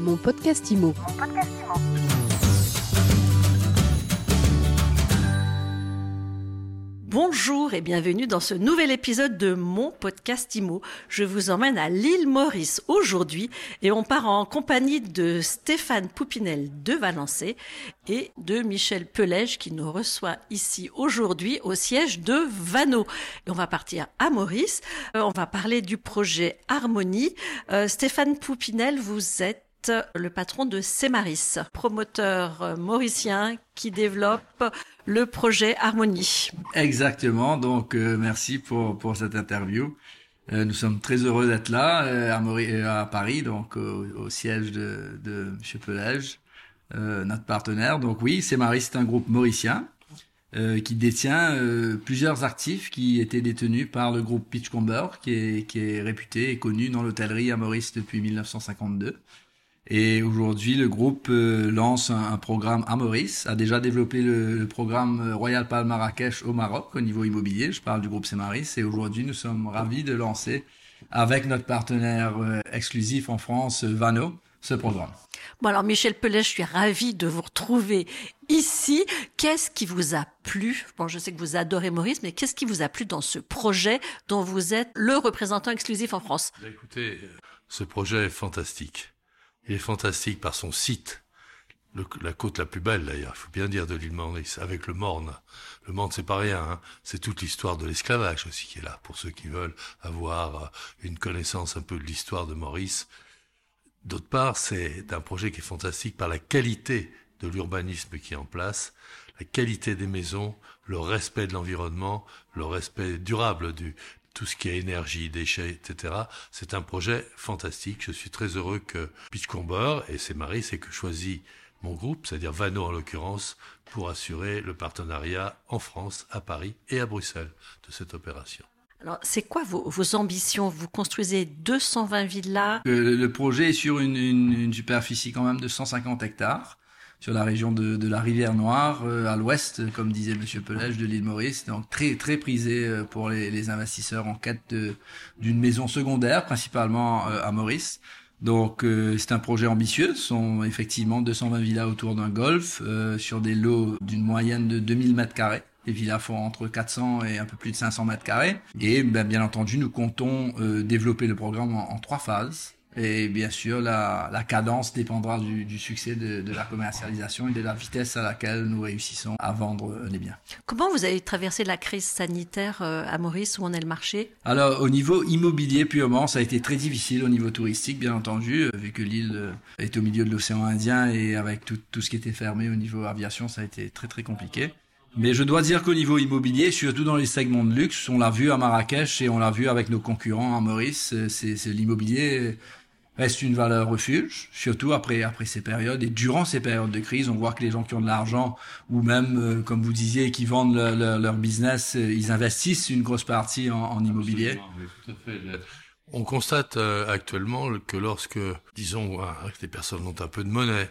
Mon podcast IMO. Bonjour et bienvenue dans ce nouvel épisode de mon podcast IMO. Je vous emmène à l'île Maurice aujourd'hui et on part en compagnie de Stéphane Poupinel de Valençay et de Michel Pelège qui nous reçoit ici aujourd'hui au siège de Vano. Et on va partir à Maurice. On va parler du projet Harmonie. Stéphane Poupinel, vous êtes le patron de Cemaris, promoteur mauricien qui développe le projet Harmonie. Exactement, donc merci pour cette interview. Nous sommes très heureux d'être là à Paris, donc au siège de Monsieur Pelège, notre partenaire. Donc oui, Cemaris c'est un groupe mauricien qui détient plusieurs actifs qui étaient détenus par le groupe Pitchcomber, qui est réputé et connu dans l'hôtellerie à Maurice depuis 1952. Et aujourd'hui, le groupe lance un programme à Maurice, a déjà développé le programme Royal Palm Marrakech au Maroc au niveau immobilier. Je parle du groupe Cemaris. Et aujourd'hui, nous sommes ravis de lancer avec notre partenaire exclusif en France, Vano, ce programme. Bon alors Michel Pelège, je suis ravie de vous retrouver ici. Qu'est-ce qui vous a plu? Bon, je sais que vous adorez Maurice, mais qu'est-ce qui vous a plu dans ce projet dont vous êtes le représentant exclusif en France? Écoutez, ce projet est fantastique. Il est fantastique par son site, la côte la plus belle d'ailleurs, il faut bien dire, de l'île Maurice, avec le Morne. Le Morne, c'est pas rien, hein. C'est toute l'histoire de l'esclavage aussi qui est là, pour ceux qui veulent avoir une connaissance un peu de l'histoire de Maurice. D'autre part, c'est un projet qui est fantastique par la qualité de l'urbanisme qui est en place, la qualité des maisons, le respect de l'environnement, le respect durable tout ce qui est énergie, déchets, etc. C'est un projet fantastique. Je suis très heureux que Pitchcomber et Cemaris aient choisi mon groupe, c'est-à-dire Vano en l'occurrence, pour assurer le partenariat en France, à Paris et à Bruxelles de cette opération. Alors, c'est quoi vos ambitions? Vous construisez 220 villas. Le projet est sur une superficie quand même de 150 hectares. Sur la région de la Rivière Noire, à l'ouest, comme disait Monsieur Pelège, de l'île Maurice, donc très très prisé pour les investisseurs en quête d'une maison secondaire, principalement à Maurice. Donc c'est un projet ambitieux, ce sont effectivement 220 villas autour d'un golf, sur des lots d'une moyenne de 2000 mètres carrés. Les villas font entre 400 et un peu plus de 500 mètres carrés. Et bien entendu, nous comptons développer le programme en 3 phases. Et bien sûr, la cadence dépendra du succès de la commercialisation et de la vitesse à laquelle nous réussissons à vendre les biens. Comment vous avez traversé la crise sanitaire à Maurice, où en est le marché? Alors, au niveau immobilier purement, ça a été très difficile au niveau touristique, bien entendu, vu que l'île est au milieu de l'océan Indien et avec tout ce qui était fermé au niveau aviation, ça a été très très compliqué. Mais je dois dire qu'au niveau immobilier, surtout dans les segments de luxe, on l'a vu à Marrakech et on l'a vu avec nos concurrents à Maurice, c'est l'immobilier reste une valeur refuge, surtout après ces périodes. Et durant ces périodes de crise, on voit que les gens qui ont de l'argent, ou même, comme vous disiez, qui vendent leur business, ils investissent une grosse partie en immobilier. Oui, tout à fait. On constate actuellement que lorsque, disons, des personnes ont un peu de monnaie,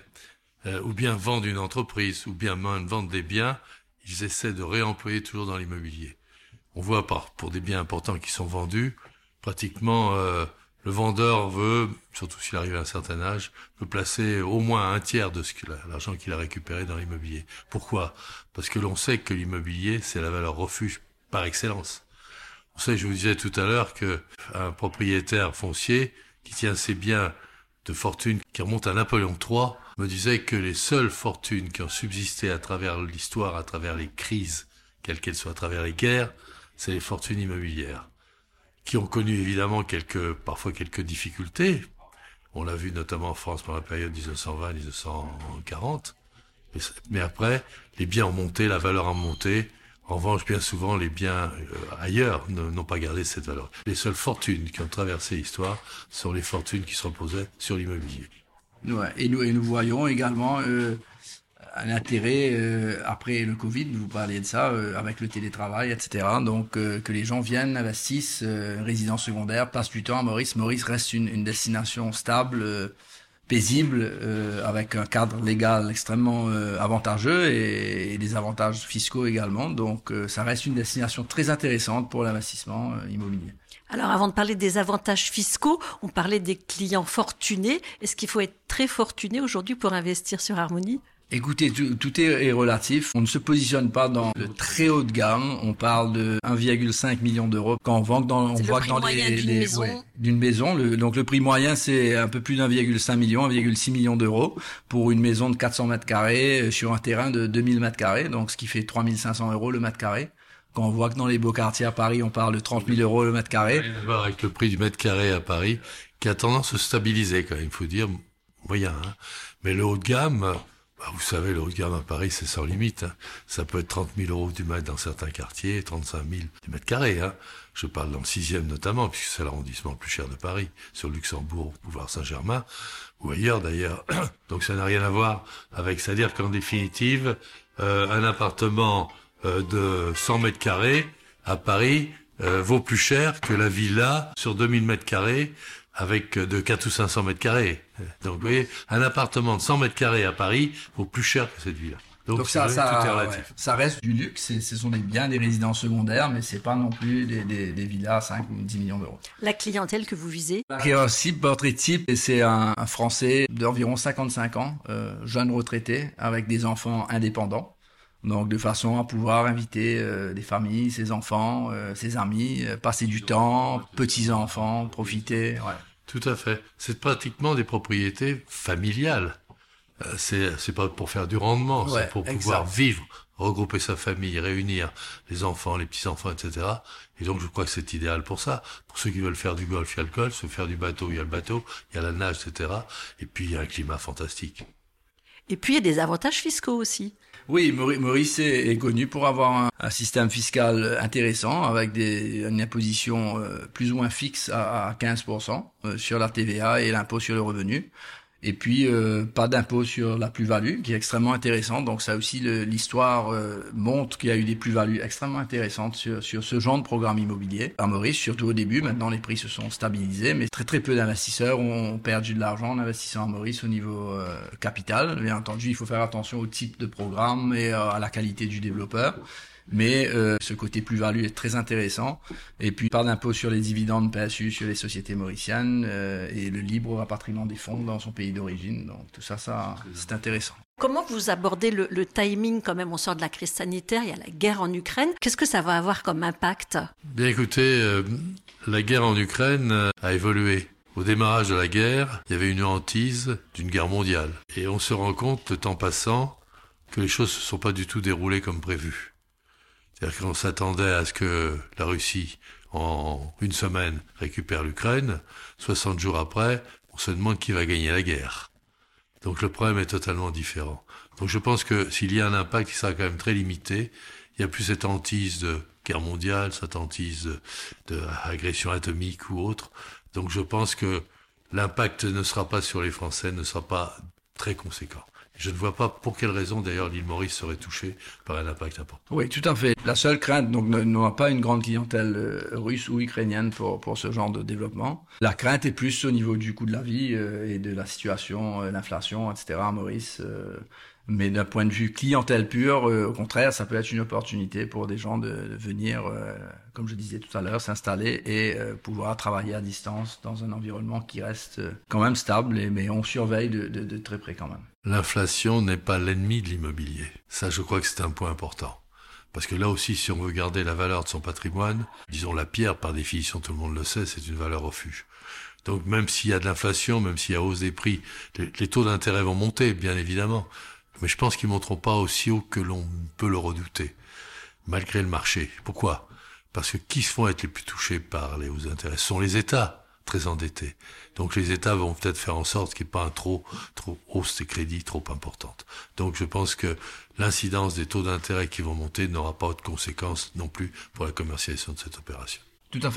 ou bien vendent une entreprise, ou bien vendent des biens, ils essaient de réemployer toujours dans l'immobilier. On voit pour des biens importants qui sont vendus, pratiquement le vendeur veut, surtout s'il arrive à un certain âge, peut placer au moins un tiers de l'argent qu'il a récupéré dans l'immobilier. Pourquoi? Parce que l'on sait que l'immobilier, c'est la valeur refuge par excellence. On sait, je vous disais tout à l'heure, qu'un propriétaire foncier qui tient ses biens de fortune qui remontent à Napoléon III me disait que les seules fortunes qui ont subsisté à travers l'histoire, à travers les crises, quelles qu'elles soient, à travers les guerres, c'est les fortunes immobilières, qui ont connu évidemment parfois quelques difficultés. On l'a vu notamment en France pendant la période 1920-1940. Mais après, les biens ont monté, la valeur a monté. En revanche, bien souvent, les biens ailleurs n'ont pas gardé cette valeur. Les seules fortunes qui ont traversé l'histoire sont les fortunes qui se reposaient sur l'immobilier. Ouais, et nous voyons également un intérêt après le Covid, vous parliez de ça, avec le télétravail, etc. Donc que les gens viennent, investissent, résidence secondaire, passent du temps à Maurice. Maurice reste une destination stable paisible, avec un cadre légal extrêmement avantageux et des avantages fiscaux également. Donc ça reste une destination très intéressante pour l'investissement immobilier. Alors avant de parler des avantages fiscaux, on parlait des clients fortunés. Est-ce qu'il faut être très fortuné aujourd'hui pour investir sur Harmonie ? Écoutez, tout est relatif. On ne se positionne pas dans le très haut de gamme. On parle de 1,5 million d'euros. Quand on voit que d'une maison, donc le prix moyen, c'est un peu plus d'1,5 million, 1,6 million d'euros pour une maison de 400 mètres carrés sur un terrain de 2000 mètres carrés, donc ce qui fait 3500 euros le mètre carré. Quand on voit que dans les beaux quartiers à Paris, on parle de 30 000 euros le mètre carré. Rien à voir avec le prix du mètre carré à Paris, qui a tendance à se stabiliser quand même, il faut dire, moyen. Hein. Mais le haut de gamme, vous savez, le haut de gamme à Paris, c'est sans limite. Hein. Ça peut être 30 000 euros du mètre dans certains quartiers, 35 000 du mètre carré. Hein. Je parle dans le 6e notamment, puisque c'est l'arrondissement le plus cher de Paris, sur le Luxembourg, Boulevard Saint-Germain, ou ailleurs d'ailleurs. Donc ça n'a rien à voir avec, c'est-à-dire qu'en définitive, un appartement de 100 mètres carrés à Paris vaut plus cher que la villa sur 2000 mètres carrés avec de 4 ou 500 mètres carrés. Donc, vous voyez, un appartement de 100 mètres carrés à Paris vaut plus cher que cette villa. Donc ça, tout est relatif. Ouais, ça reste du luxe, ce sont des résidences secondaires, mais c'est pas non plus des villas à 5 ou 10 millions d'euros. La clientèle que vous visez ? L'acquéreur cible, portrait type, c'est un Français d'environ 55 ans, jeune retraité, avec des enfants indépendants. Donc de façon à pouvoir inviter des familles, ses enfants, ses amis, passer du temps, petits-enfants, profiter. Ouais. Tout à fait. C'est pratiquement des propriétés familiales. C'est pas pour faire du rendement, ouais, c'est pour pouvoir vivre, regrouper sa famille, réunir les enfants, les petits-enfants, etc. Et donc je crois que c'est idéal pour ça. Pour ceux qui veulent faire du golf, il y a le golf, ceux qui veulent faire du bateau, il y a le bateau, il y a la nage, etc. Et puis il y a un climat fantastique. Et puis il y a des avantages fiscaux aussi. Oui, Maurice est connu pour avoir un système fiscal intéressant avec une imposition plus ou moins fixe à 15% sur la TVA et l'impôt sur le revenu. Et puis pas d'impôt sur la plus-value, qui est extrêmement intéressant. Donc ça aussi, l'histoire montre qu'il y a eu des plus-values extrêmement intéressantes sur ce genre de programme immobilier à Maurice, surtout au début. Maintenant, les prix se sont stabilisés, mais très peu d'investisseurs ont perdu de l'argent en investissant à Maurice au niveau capital. Bien entendu, il faut faire attention au type de programme et à la qualité du développeur. Mais ce côté plus-value est très intéressant. Et puis, pas d'impôt sur les dividendes PSU sur les sociétés mauriciennes et le libre rapatriement des fonds dans son pays d'origine. Donc tout ça, c'est intéressant. Comment vous abordez le timing quand même ? On sort de la crise sanitaire, il y a la guerre en Ukraine. Qu'est-ce que ça va avoir comme impact ? Bien écoutez, la guerre en Ukraine a évolué. Au démarrage de la guerre, il y avait une hantise d'une guerre mondiale. Et on se rend compte, le temps passant, que les choses ne se sont pas du tout déroulées comme prévu. C'est-à-dire qu'on s'attendait à ce que la Russie, en une semaine, récupère l'Ukraine. 60 jours après, on se demande qui va gagner la guerre. Donc le problème est totalement différent. Donc je pense que s'il y a un impact, il sera quand même très limité. Il n'y a plus cette hantise de guerre mondiale, cette hantise de agression atomique ou autre. Donc je pense que l'impact ne sera pas sur les Français, ne sera pas très conséquent. Je ne vois pas pour quelle raison, d'ailleurs, l'île Maurice serait touchée par un impact important. Oui, tout à fait. La seule crainte, donc, n'aura pas une grande clientèle russe ou ukrainienne pour ce genre de développement. La crainte est plus au niveau du coût de la vie et de la situation, l'inflation, etc. à Maurice. Mais d'un point de vue clientèle pure, au contraire, ça peut être une opportunité pour des gens de venir, comme je disais tout à l'heure, s'installer et pouvoir travailler à distance dans un environnement qui reste quand même stable, mais on surveille de très près quand même. L'inflation n'est pas l'ennemi de l'immobilier. Ça, je crois que c'est un point important. Parce que là aussi, si on veut garder la valeur de son patrimoine, disons la pierre, par définition, tout le monde le sait, c'est une valeur refuge. Donc même s'il y a de l'inflation, même s'il y a hausse des prix, les taux d'intérêt vont monter, bien évidemment. Mais je pense qu'ils ne monteront pas aussi haut que l'on peut le redouter, malgré le marché. Pourquoi ? Parce que qui se vont être les plus touchés par les hausses d'intérêt ? Ce sont les États, très endettés. Donc les États vont peut-être faire en sorte qu'il n'y ait pas un trop hausse des crédits trop importante. Donc je pense que l'incidence des taux d'intérêt qui vont monter n'aura pas de conséquences non plus pour la commercialisation de cette opération. Tout à fait.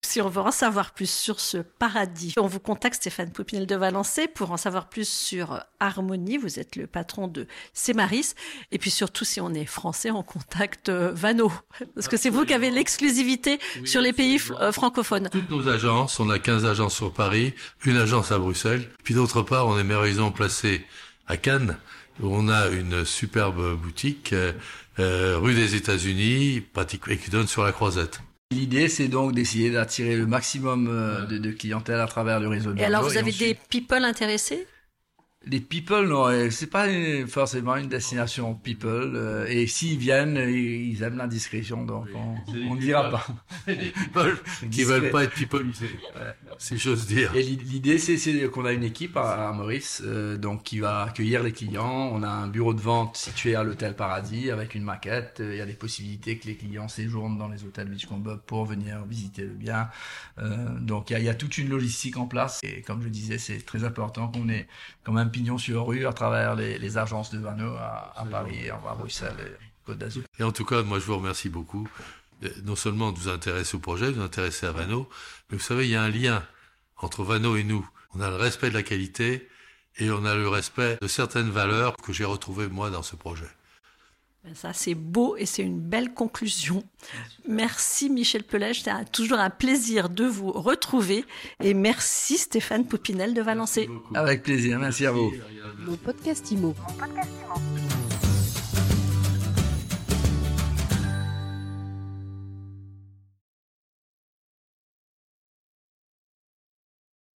Si on veut en savoir plus sur ce paradis, on vous contacte Stéphane Poupinel de Valençay pour en savoir plus sur Harmonie. Vous êtes le patron de Cemaris. Et puis surtout, si on est français, on contacte Vano. Parce que c'est vous qui avez l'exclusivité sur les pays francophones. Toutes nos agences, on a 15 agences sur Paris, une agence à Bruxelles. Puis d'autre part, on est merveilleusement placé à Cannes, où on a une superbe boutique rue des États-Unis, et qui donne sur la Croisette. L'idée, c'est donc d'essayer d'attirer le maximum de clientèle à travers le réseau de Vano. Et alors, vous avez des people intéressés ? Les people, non, c'est pas forcément une destination people. Et s'ils viennent, ils aiment la discrétion, donc on ne dira pas. Les people qui veulent pas être pipolisés, si j'ose dire. Et l'idée, c'est qu'on a une équipe à Maurice, donc qui va accueillir les clients. On a un bureau de vente situé à l'hôtel Paradis avec une maquette. Il y a des possibilités que les clients séjournent dans les hôtels Beachcombe pour venir visiter le bien. Donc il y a toute une logistique en place. Et comme je disais, c'est très important qu'on ait quand même pignon sur rue à travers les agences de Vano à Paris, à Bruxelles et Côte d'Azur. Et en tout cas, moi je vous remercie beaucoup, non seulement de vous intéresser au projet, de vous intéresser à Vano, mais vous savez, il y a un lien entre Vano et nous. On a le respect de la qualité et on a le respect de certaines valeurs que j'ai retrouvées moi dans ce projet. Ça, c'est beau et c'est une belle conclusion. Merci Michel Pelège, c'est toujours un plaisir de vous retrouver. Et merci Stéphane Poupinel de Valençay. Avec plaisir, merci à vous. Mon podcast IMO.